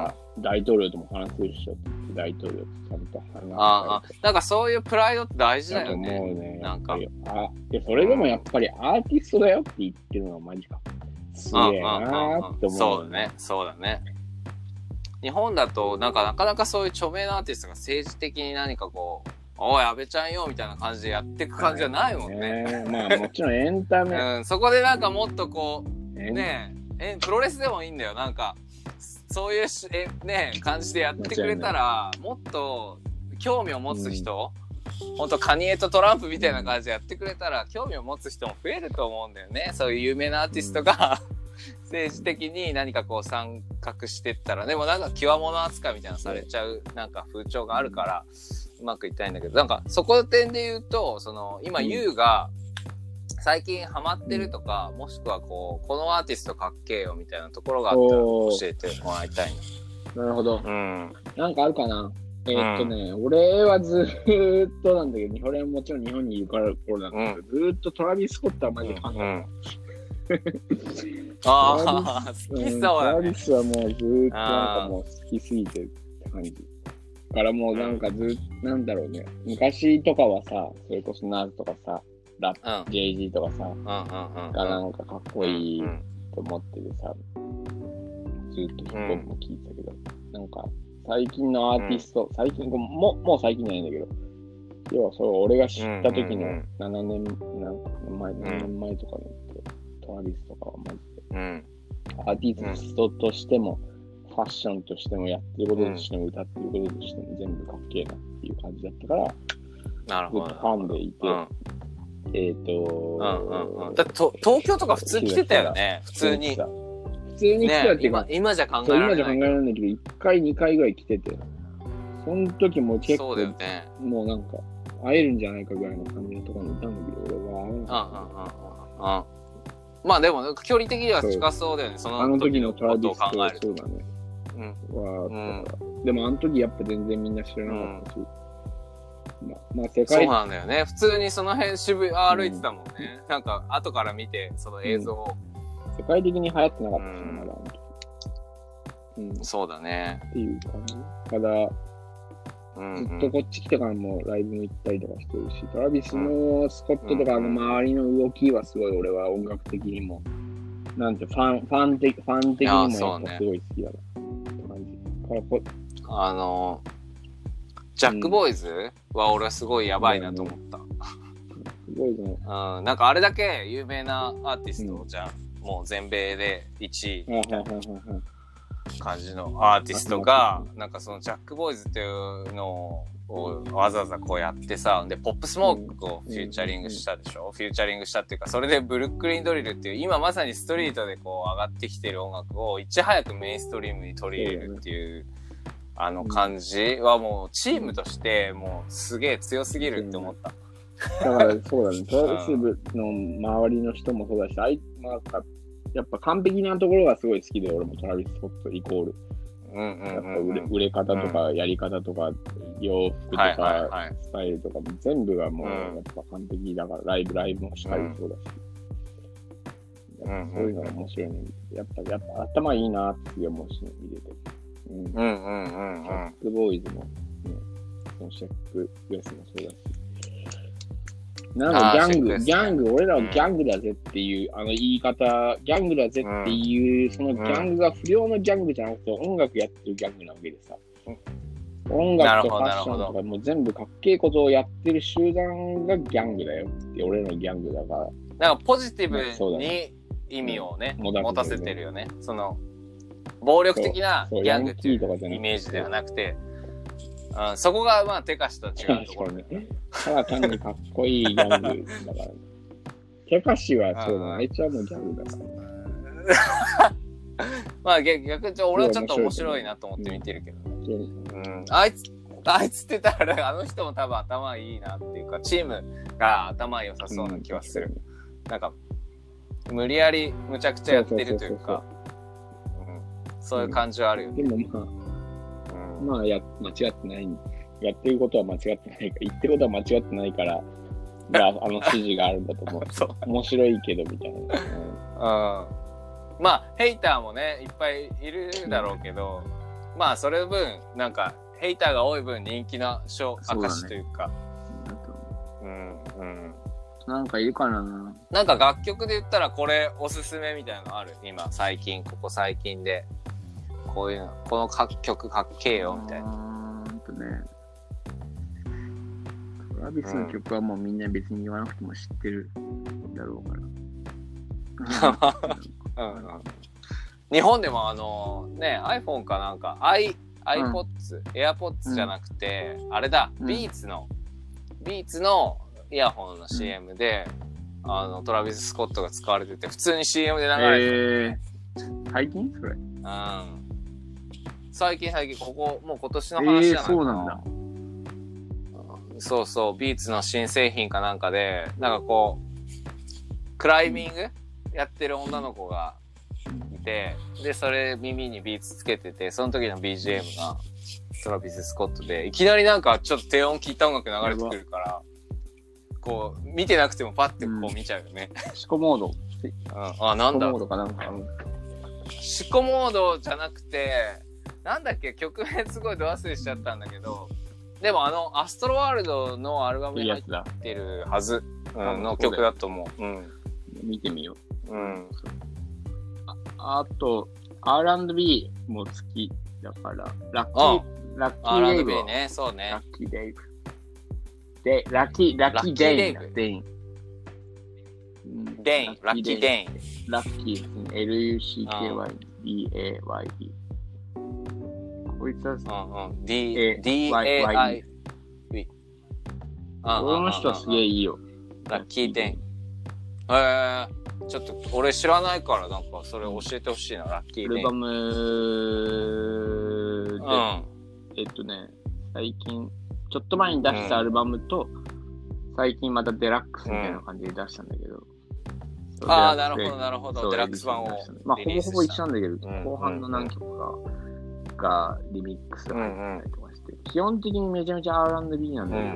大統領とも話せるでしょって、大統領とちゃんと話す。 なんかそういうプライドって大事だよね。 だと思うね。 なんか。 で、それでもやっぱりアーティストだよって言ってるのはマジか。すげえなーって思う。 そうだね。日本だとなかなかそういう著名なアーティストが政治的に何かこう、おい安倍ちゃんよみたいな感じでやっていく感じじゃないもんね。 まあもちろんエンタメ、 そこでなんかもっとこうプロレスでもいいんだよ。なんかそういう感じでやってくれたらもっと興味を持つ人、本当カニエとトランプみたいな感じでやってくれたら興味を持つ人も増えると思うんだよね。そういう有名なアーティストが政治的に何かこう参画してったら、でもなんか極物扱いみたいなされちゃうなんか風潮があるからうまくいきたいんだけど、なんかそこの点で言うと、その今ユウが最近ハマってるとか、もしくはこのアーティストかっけえよみたいなところがあったら教えてもらいたいな。なるほど。なんかあるかな。俺はずーっとなんだけど、俺はもちろん日本にいるから頃なんだけど、ずーっとトラビス・スコットはマジファンだった。 好きそうだね。 トラビスはもうずーっとなんかもう好きすぎてって感じ。からもうなんかなんだろうね。昔とかはさ、それこそナーズとかさ、ラップ、JG とかさ、がなんかかっこいいと思っててさ、ずっとヒップホップも聴いてたけど、なんか最近のアーティスト、もう最近じゃないんだけど、要はそう俺が知った時の7年前とかのトラビスとかはマジで、アーティストとしても、ファッションとしてもやってることとしても歌ってることとしても全部かっけえなっていう感じだったから、ずっとファンでいて、 だって東京とか普通来てたよね。普通に来てたっていうか、今じゃ考えられない。今じゃ考えられないけど、1回、2回ぐらい来てて、その時も結構、もうなんか、会えるんじゃないかぐらいの感じのところにいたんだけど、俺は会えなかった。 まあでも、距離的には近そうだよね、その時のことを考えると。 そうだね。でも、あの時やっぱ全然みんな知らなかったし、まあ世界そうなんだよね。普通にその辺渋谷歩いてたもんね。なんか後から見てその映像を、 世界的に流行ってなかったし、まだあの時。 そうだね。 っていう感じ。ただ、ずっとこっち来てからもライブも行ったりとかしてるし、トラビスのスコットとかの周りの動きはすごい俺は音楽的にも、なんてファン的にもやっぱすごい好きだなって感じ。からジャックボーイズは俺はすごいやばいなと思った。 すごいね。 なんかあれだけ有名なアーティストじゃん。もう全米で1位感じのアーティストが、なんかそのジャックボーイズっていうのをわざわざこうやってさ、で、ポップスモークをフューチャリングしたでしょ？フューチャリングしたっていうか、それでブルックリンドリルっていう、今まさにストリートでこう上がってきてる音楽をいち早くメインストリームに取り入れるっていう、感じはもうチームとしてもうすげえ強すぎるって思った。 だからそうだね、トラビスの周りの人もそうだし、なんかやっぱ完璧なところがすごい好きで、俺もトラビス・スコットイコール。やっぱ売れ方とかやり方とか洋服とかスタイルとかも全部がもうやっぱ完璧だから、ライブもしっかりそうだし、そういうのが面白いね。やっぱ頭いいなって思うしね、見てて。シャックボーイズも、シャックウェスもそうだし。なんかギャング、俺らはギャングだぜっていう、言い方、ギャングだぜっていう、そのギャングが不良のギャングじゃなくて、音楽やってるギャングなわけでさ。音楽とファッションとかもう全部かっけえことをやってる集団がギャングだよって、俺らのギャングだから。 なんかポジティブに意味をね、持たせてるよね。その、暴力的なギャングっていうイメージではなくて、そこがまあテカシと違うところね。 ただ単にかっこいいギャングだから、ね。テカシはそうだ、あいつはもうギャングだから。 まあ逆に俺はちょっと面白いなと思って見てるけど、あいつって言ったらあの人も多分頭いいなっていうか、チームが頭良さそうな気はする。なんか無理やりむちゃくちゃやってるというか、そういう感じはあるよね。 でもまあ間違ってない。やってることは間違ってないから、言ってることは間違ってないから、指示があるんだと思う。面白いけどみたいな。 まあヘイターもねいっぱいいるだろうけど、まあそれ分なんかヘイターが多い分人気な証というか。 なんかいるかな。 なんか楽曲で言ったらこれおすすめみたいなのある？今ここ最近でこういうの、この曲かっけえよみたいな。 トラビスの曲はもうみんな別に言わなくても知ってるだろうから。 日本でもiPhone かなんか iPods、AirPods じゃなくて、あれだ、ビーツのイヤホンの CM で、トラビス・スコットが使われてて、普通に CM で流れてる。最近それ？ 最近、ここ、もう今年の話じゃないかな。 そうなんだ。 そう、ビーツの新製品かなんかで、なんかこう、クライミングやってる女の子がいて、で、それ耳にビーツつけてて、その時の BGM がトラビス・スコットで、いきなりなんかちょっと低音聞いた音楽流れてくるから、こう、見てなくてもパッてこう見ちゃうよね。 シコモード。 なんだ。 シコモードかなんか。 シコモードじゃなくて、なんだっけ、曲名すごいど忘れしちゃったんだけど、でもアストロワールドのアルバムに入ってるはずの曲だと思う。 見てみよう。あと、R&B も好きだから、ラッキーデイブね、そうね。 ラッキーデイブ。で、ラッキーデイン。 ラッキーデイン。ラッキーですね。LUCKYDAYD。こいつはDAI。 この人はすげえいいよ。 ラッキーデイン。ちょっと俺知らないからなんかそれ教えてほしいな、ラッキーデイン。 アルバムで、最近、ちょっと前に出したアルバムと、最近またデラックスみたいな感じで出したんだけど。 なるほど。デラックス版を。 まあ、ほぼほぼ一緒なんだけど、後半の何曲かがリミックスで入ったりとかして、基本的にめちゃめちゃ R&B なんだけ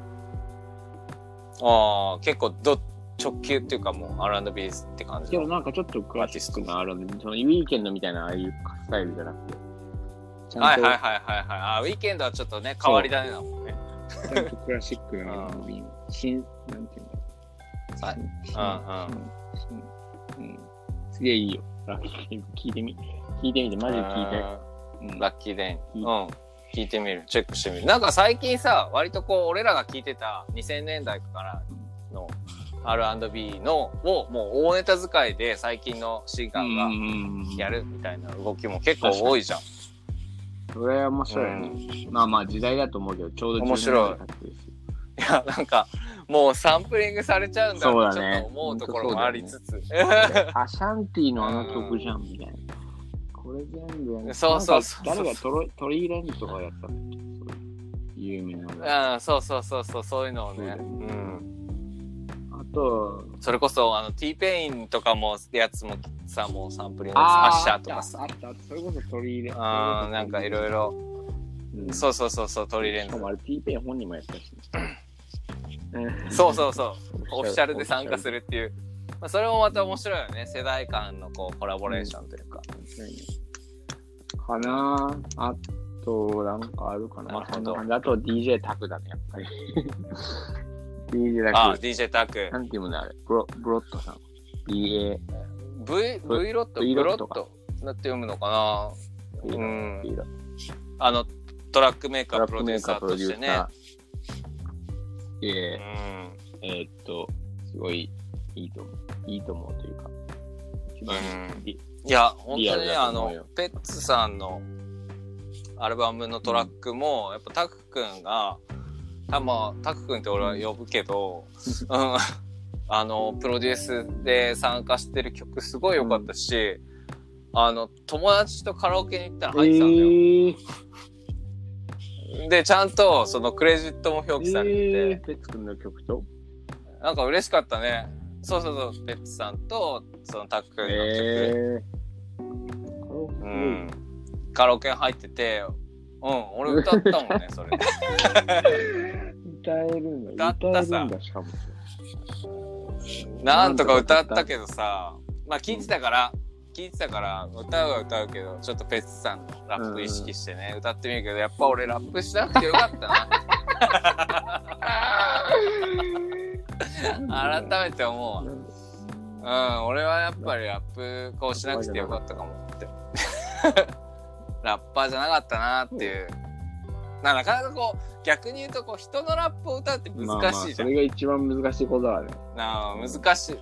ど。結構直球っていうかもう R&B って感じ。 でもなんかちょっとクラシックな R&B、そのウィーケンドみたいなああいうスタイルじゃなくて。 はい。ウィーケンドはちょっとね、変わり種だもんね。 ちゃんとクラシックな R&B なんていうんだろう。すげえいいよ。聞いてみて、マジで聞いて。 ラッキーデイン。聞いてみる。チェックしてみる。なんか最近さ、割とこう、俺らが聞いてた2000年代からの R&B のをもう大ネタ使いで最近のシンガーがやるみたいな動きも結構多いじゃん。 それは面白いね。まあ時代だと思うけど、ちょうど面白い。いや、なんか、もうサンプリングされちゃうんだろうな、ちょっと思うところもありつつ。 アシャンティのあの曲じゃん、みたいな。これ全部やる。 そう。 誰がトリーレンズとかやったんだっけ？有有名な。 そういうのをね。 あと、 それこそT-Pain とかもやつもさ、もうサンプリングアッシャーとかさ。 それこそ取り入れ。 なんかいろいろ。そう取り入れんの。 しかもあれ T-Pain 本人もやったし。 そう。オフィシャルで参加するっていう。まあ、それもまた面白いよね。世代間のこうコラボレーションというか。 かなあと、なんかあるかな。 なるほど。 あと DJ タクだね、やっぱり。DJ タク。 DJ タク。 なんていうのあれ。ブロットさん。 V ロットブロットなんて読むのかな。トラックメーカープロデューサーとしてね。 すごいいいと思うというか。一番いや、本当にペッツさんのアルバムのトラックも、やっぱタク君が、タク君って俺は呼ぶけど、プロデュースで参加してる曲すごい良かったし、友達とカラオケに行ったら入ってたんだよ。で、ちゃんとそのクレジットも表記されてて、 ペッツ君の曲となんか嬉しかったね。そうペッツさんとそのタク君の曲。カラオケに入ってて、俺歌ったもんね、それ。 歌えるんだ。 歌ったさ。 しかもなんとか歌ったけどさ、まあ聞いてたから歌うは歌うけど、ちょっとペッツさんのラップ意識してね、歌ってみるけど、やっぱ俺ラップしなくてよかったな。改めて思うわ。俺はやっぱりラップこうしなくてよかったかもって。ラッパーじゃなかったなっていう。なかなかこう逆に言うとこう人のラップを歌うって難しいじゃん。 それが一番難しいことだね。 難しい。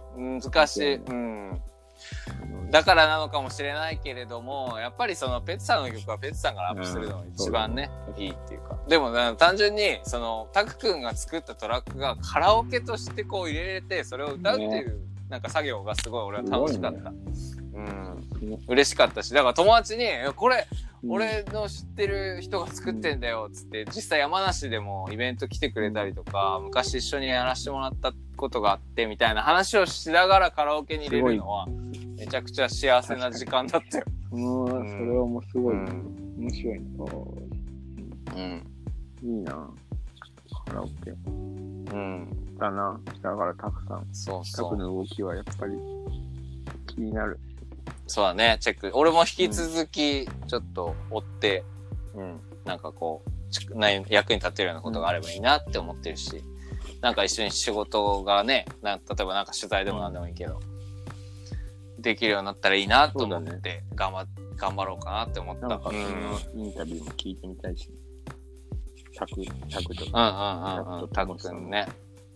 だからなのかもしれないけれども、やっぱりそのペッツさんの曲はペッツさんがラップするのが一番ね、いいっていうか。でも単純にそのタク君が作ったトラックがカラオケとしてこう入れれてそれを歌うっていうなんか作業がすごい俺は楽しかった。嬉しかったし、だから友達にこれ俺の知ってる人が作ってんだよっつって、実際山梨でもイベント来てくれたりとか、昔一緒にやらせてもらったことがあってみたいな話をしながらカラオケに入れるのはめちゃくちゃ幸せな時間だったよ。 それはもうすごい面白いな。いいなカラオケ。だな。だからたくさん。タクの動きはやっぱり気になる。 そうだね、チェック。俺も引き続きちょっと追って、なんかこう役に立てるようなことがあればいいなって思ってるし、なんか一緒に仕事がね、例えばなんか取材でもなんでもいいけど、できるようになったらいいなと思って、頑張ろうかなって思った。 なんかインタビューも聞いてみたいし、タクとか。タク君ね。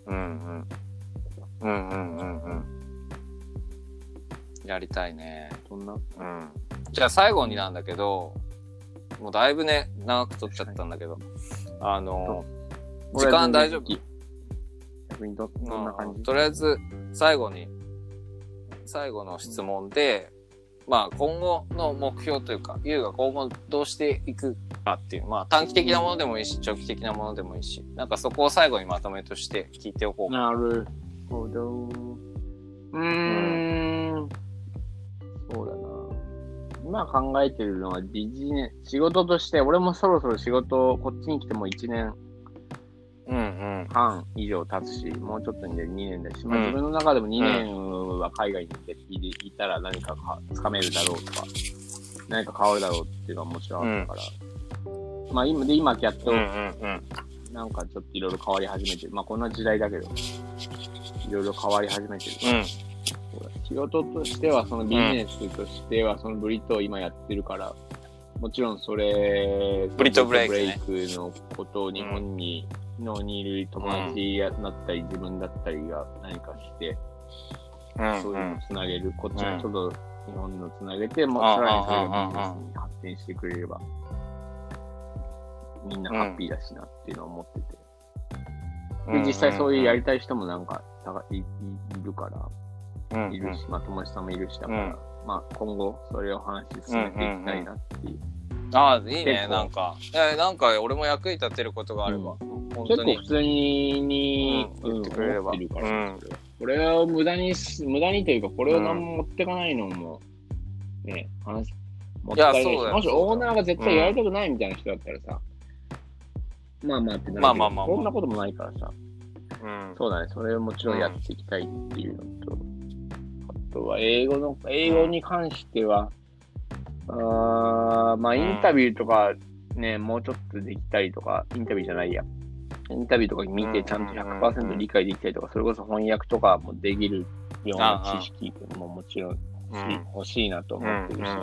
やりたいね。じゃあ最後になんだけど、もうだいぶね、長く撮っちゃったんだけど、時間大丈夫？ 逆にどんな感じ？ とりあえず、最後の質問で、まあ今後の目標というか、ユウが今後どうしていくかっていう、まあ短期的なものでもいいし、長期的なものでもいいし、なんかそこを最後にまとめとして聞いておこうか。 なるほど。そうだな。今考えてるのは仕事として、俺もそろそろ仕事、こっちに来ても1年半以上経つし、もうちょっとで2年だし、まあ、自分の中でも2年は海外にいたら何か掴めるだろうとか、何か変わるだろうっていうのはもちろんあったから、まあ今やっと、なんかちょっといろいろ変わり始めてる。まあこんな時代だけど、いろいろ変わり始めてる。仕事としては、そのビジネスとしては、そのブリットを今やってるから、もちろんそれ、 ブリットブレイクのことを日本にいる友達だったり、自分だったりが何かして、そういうのをつなげる。こっちの人と日本のつなげて、もうさらにそれがビジネスに発展してくれれば、みんなハッピーだしなっていうのを思ってて。で、実際そういうやりたい人もなんかいるから、いるし、まあ友達さんもいるしだから、まあ今後それを話進めていきたいなっていうああ、いいね、なんか俺も役に立てることがあれば、本当に結構普通に、 言ってくれれば。 これを無駄にというか、これを何も持ってかないのも、ね、話、持ってかないし、もしオーナーが絶対やりたくないみたいな人だったらさ、まあまあってなるけど、そんなこともないからさ、そうだね、それをもちろんやっていきたいっていうのと、あとは英語に関しては、まあインタビューとかね、もうちょっとできたりとか、インタビューじゃないや。インタビューとか見てちゃんと 100% 理解できたりとか、それこそ翻訳とかもできるような知識ももちろん欲しいなと思ってるし。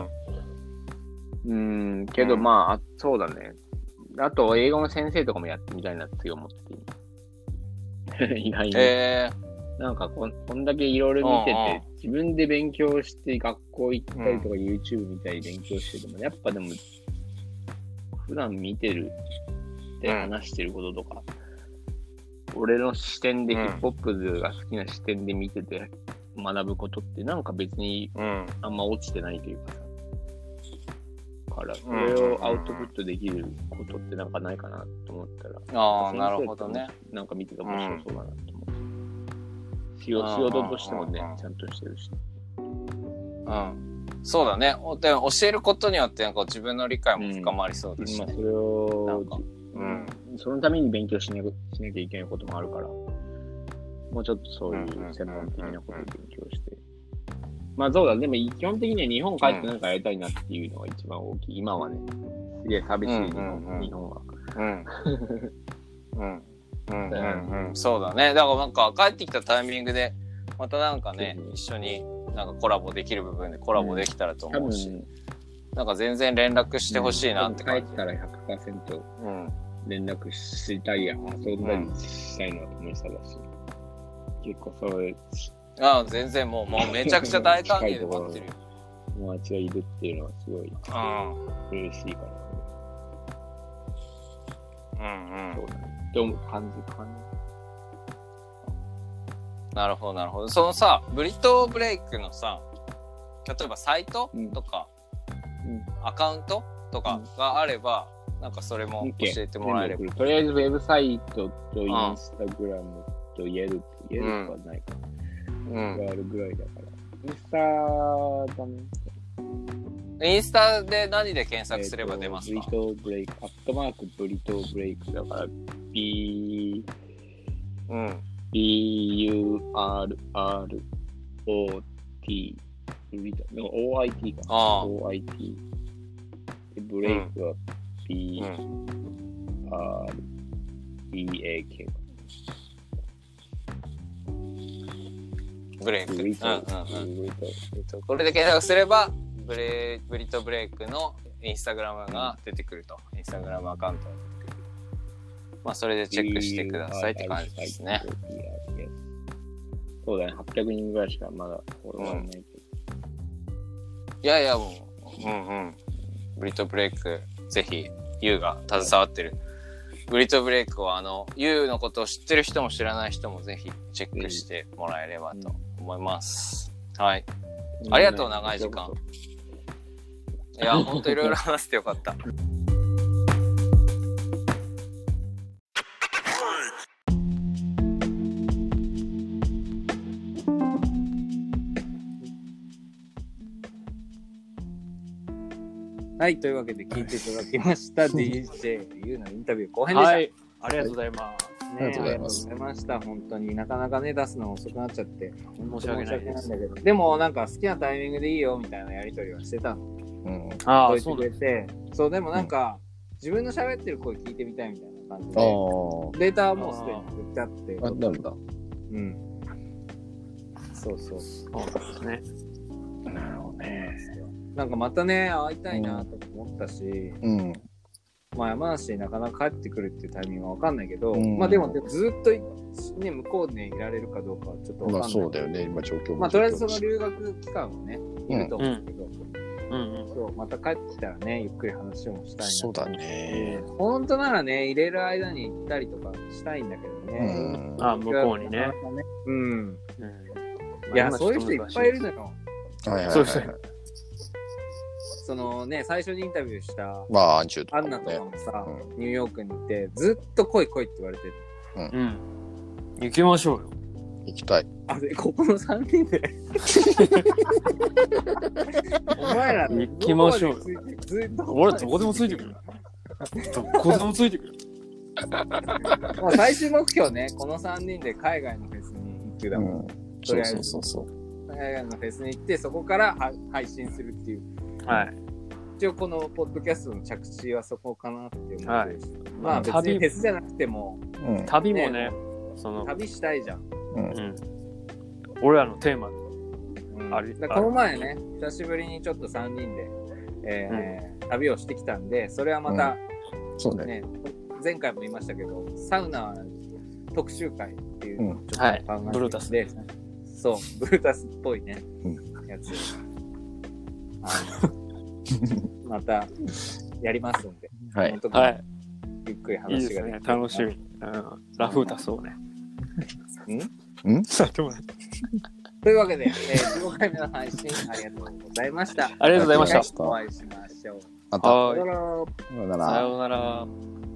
けどまあ、そうだね。あと、英語の先生とかもやってみたいなって思ってて。意外に。なんかこんだけいろいろ見てて、自分で勉強して学校行ったりとか YouTube 見たり勉強してても、やっぱでも、普段見てるって話してることとか、俺の視点でヒップホップが好きな視点で見てて学ぶことってなんか別にあんま落ちてないというかさ、からそれをアウトプットできることってなんかないかなと思ったら、 ああ、なるほどね。 なんか見てて面白そうだなと思って、仕事としてもね、ちゃんとしてるし。 そうだね。でも教えることによってなんか自分の理解も深まりそうだし、 まあそれをそのために勉強しなきゃいけないこともあるから、もうちょっとそういう専門的なことを勉強して。まあそうだ、でも基本的には日本帰ってなんかやりたいなっていうのが一番大きい。今はね、すげえ寂しい日本は。 そうだね。だからなんか帰ってきたタイミングで、またなんかね、一緒になんかコラボできる部分でコラボできたらと思うし、なんか全然連絡してほしいなって感じ。 帰ったら 100% 連絡したり遊んだりしたいのは楽しさだし、結構そういう全然もうめちゃくちゃ大歓迎で待ってるよ。 友達がいるっていうのはすごい嬉しいから、そうだねって思う感じ。 なるほどなるほど。そのさ、ブリトーブレイクのさ、例えばサイトとか、アカウントとかがあれば、なんかそれも教えてもらえれば。 とりあえずウェブサイトとインスタグラムとイエルプはないか。があるぐらいだから。インスタだね。 インスタで何で検索すれば出ますか？ ブリトーブレイク、ブリトーブレイクだから、BURROT、ブリトー、OIT か。OIT。で、ブレイクはBREAK か。 ブレイク。これで検索すれば、ブリトブレイクのインスタグラムが出てくると。インスタグラムアカウントが出てくる。まあ、それでチェックしてくださいって感じですね。 そうだね、800人ぐらいしかまだフォロワーないけど。 いや、もう、ブリトブレイク、ぜひ、ユウが携わってる。ブリトブレイクは、ユウのことを知ってる人も知らない人もぜひチェックしてもらえればと思います。はい。ありがとう、長い時間。いや、ほんといろいろ話してよかった。 はい、というわけで聞いていただきました。DJ ユウのインタビュー後編でした。はい、 ありがとうございます。 ありがとうございました。本当になかなかね出すの遅くなっちゃって申し訳ないです。 でもなんか好きなタイミングでいいよみたいなやり取りはしてたの。 ああ、 そうくれて、そうでもなんか、自分の喋ってる声聞いてみたいみたいな感じで、データはもうすでに送っちゃって。 なんだ。 そうですね。 なるほどね。 なんかまたね会いたいなと思ったし。まあ山梨になかなか帰ってくるっていうタイミングは分かんないけど、まあでもずっとね向こうでいられるかどうかはちょっと分かんない。 まあそうだよね、今状況も。 まあとりあえずその留学期間はねいると思うんですけど、そうまた帰ってきたらねゆっくり話もしたいな。 そうだね。 本当ならね入れる間に行ったりとかしたいんだけどね。 向こうにね。 いやそういう人いっぱいいるのよ。 はい。 そうそのね、最初にインタビューした、 まあ、アンチューとかアンナとかもさ、ニューヨークに行って、ずっと来い来いって言われてる。 うん。行きましょうよ。 行きたい。 あ、で、ここの3人で。お前ら行きましょうよ。俺どこでもついてくる。どこでもついてくる。 まあ最終目標ね、この3人で海外のフェスに行くだもん。とりあえず海外のフェスに行って、そこから配信するっていう。 はい。 一応このポッドキャストの着地はそこかなって思ってるし、はい、まあ別にフェスじゃなくても、 旅もね、その旅したいじゃん。 俺らのテーマである。 この前ね、久しぶりにちょっと3人で、旅をしてきたんで、それはまた、 そうね。 前回も言いましたけど、サウナ特集会っていうのをちょっと考えて、 ブルータスで、 そう、ブルータスっぽいね、やつ。またやりますんで、 はい。 ゆっくり話ができて、 ね、楽しみ。ラフータそうね。 というわけで、15回目の配信ありがとうございました。 ありがとうございました。 お会いしましょう。 また。 さようなら。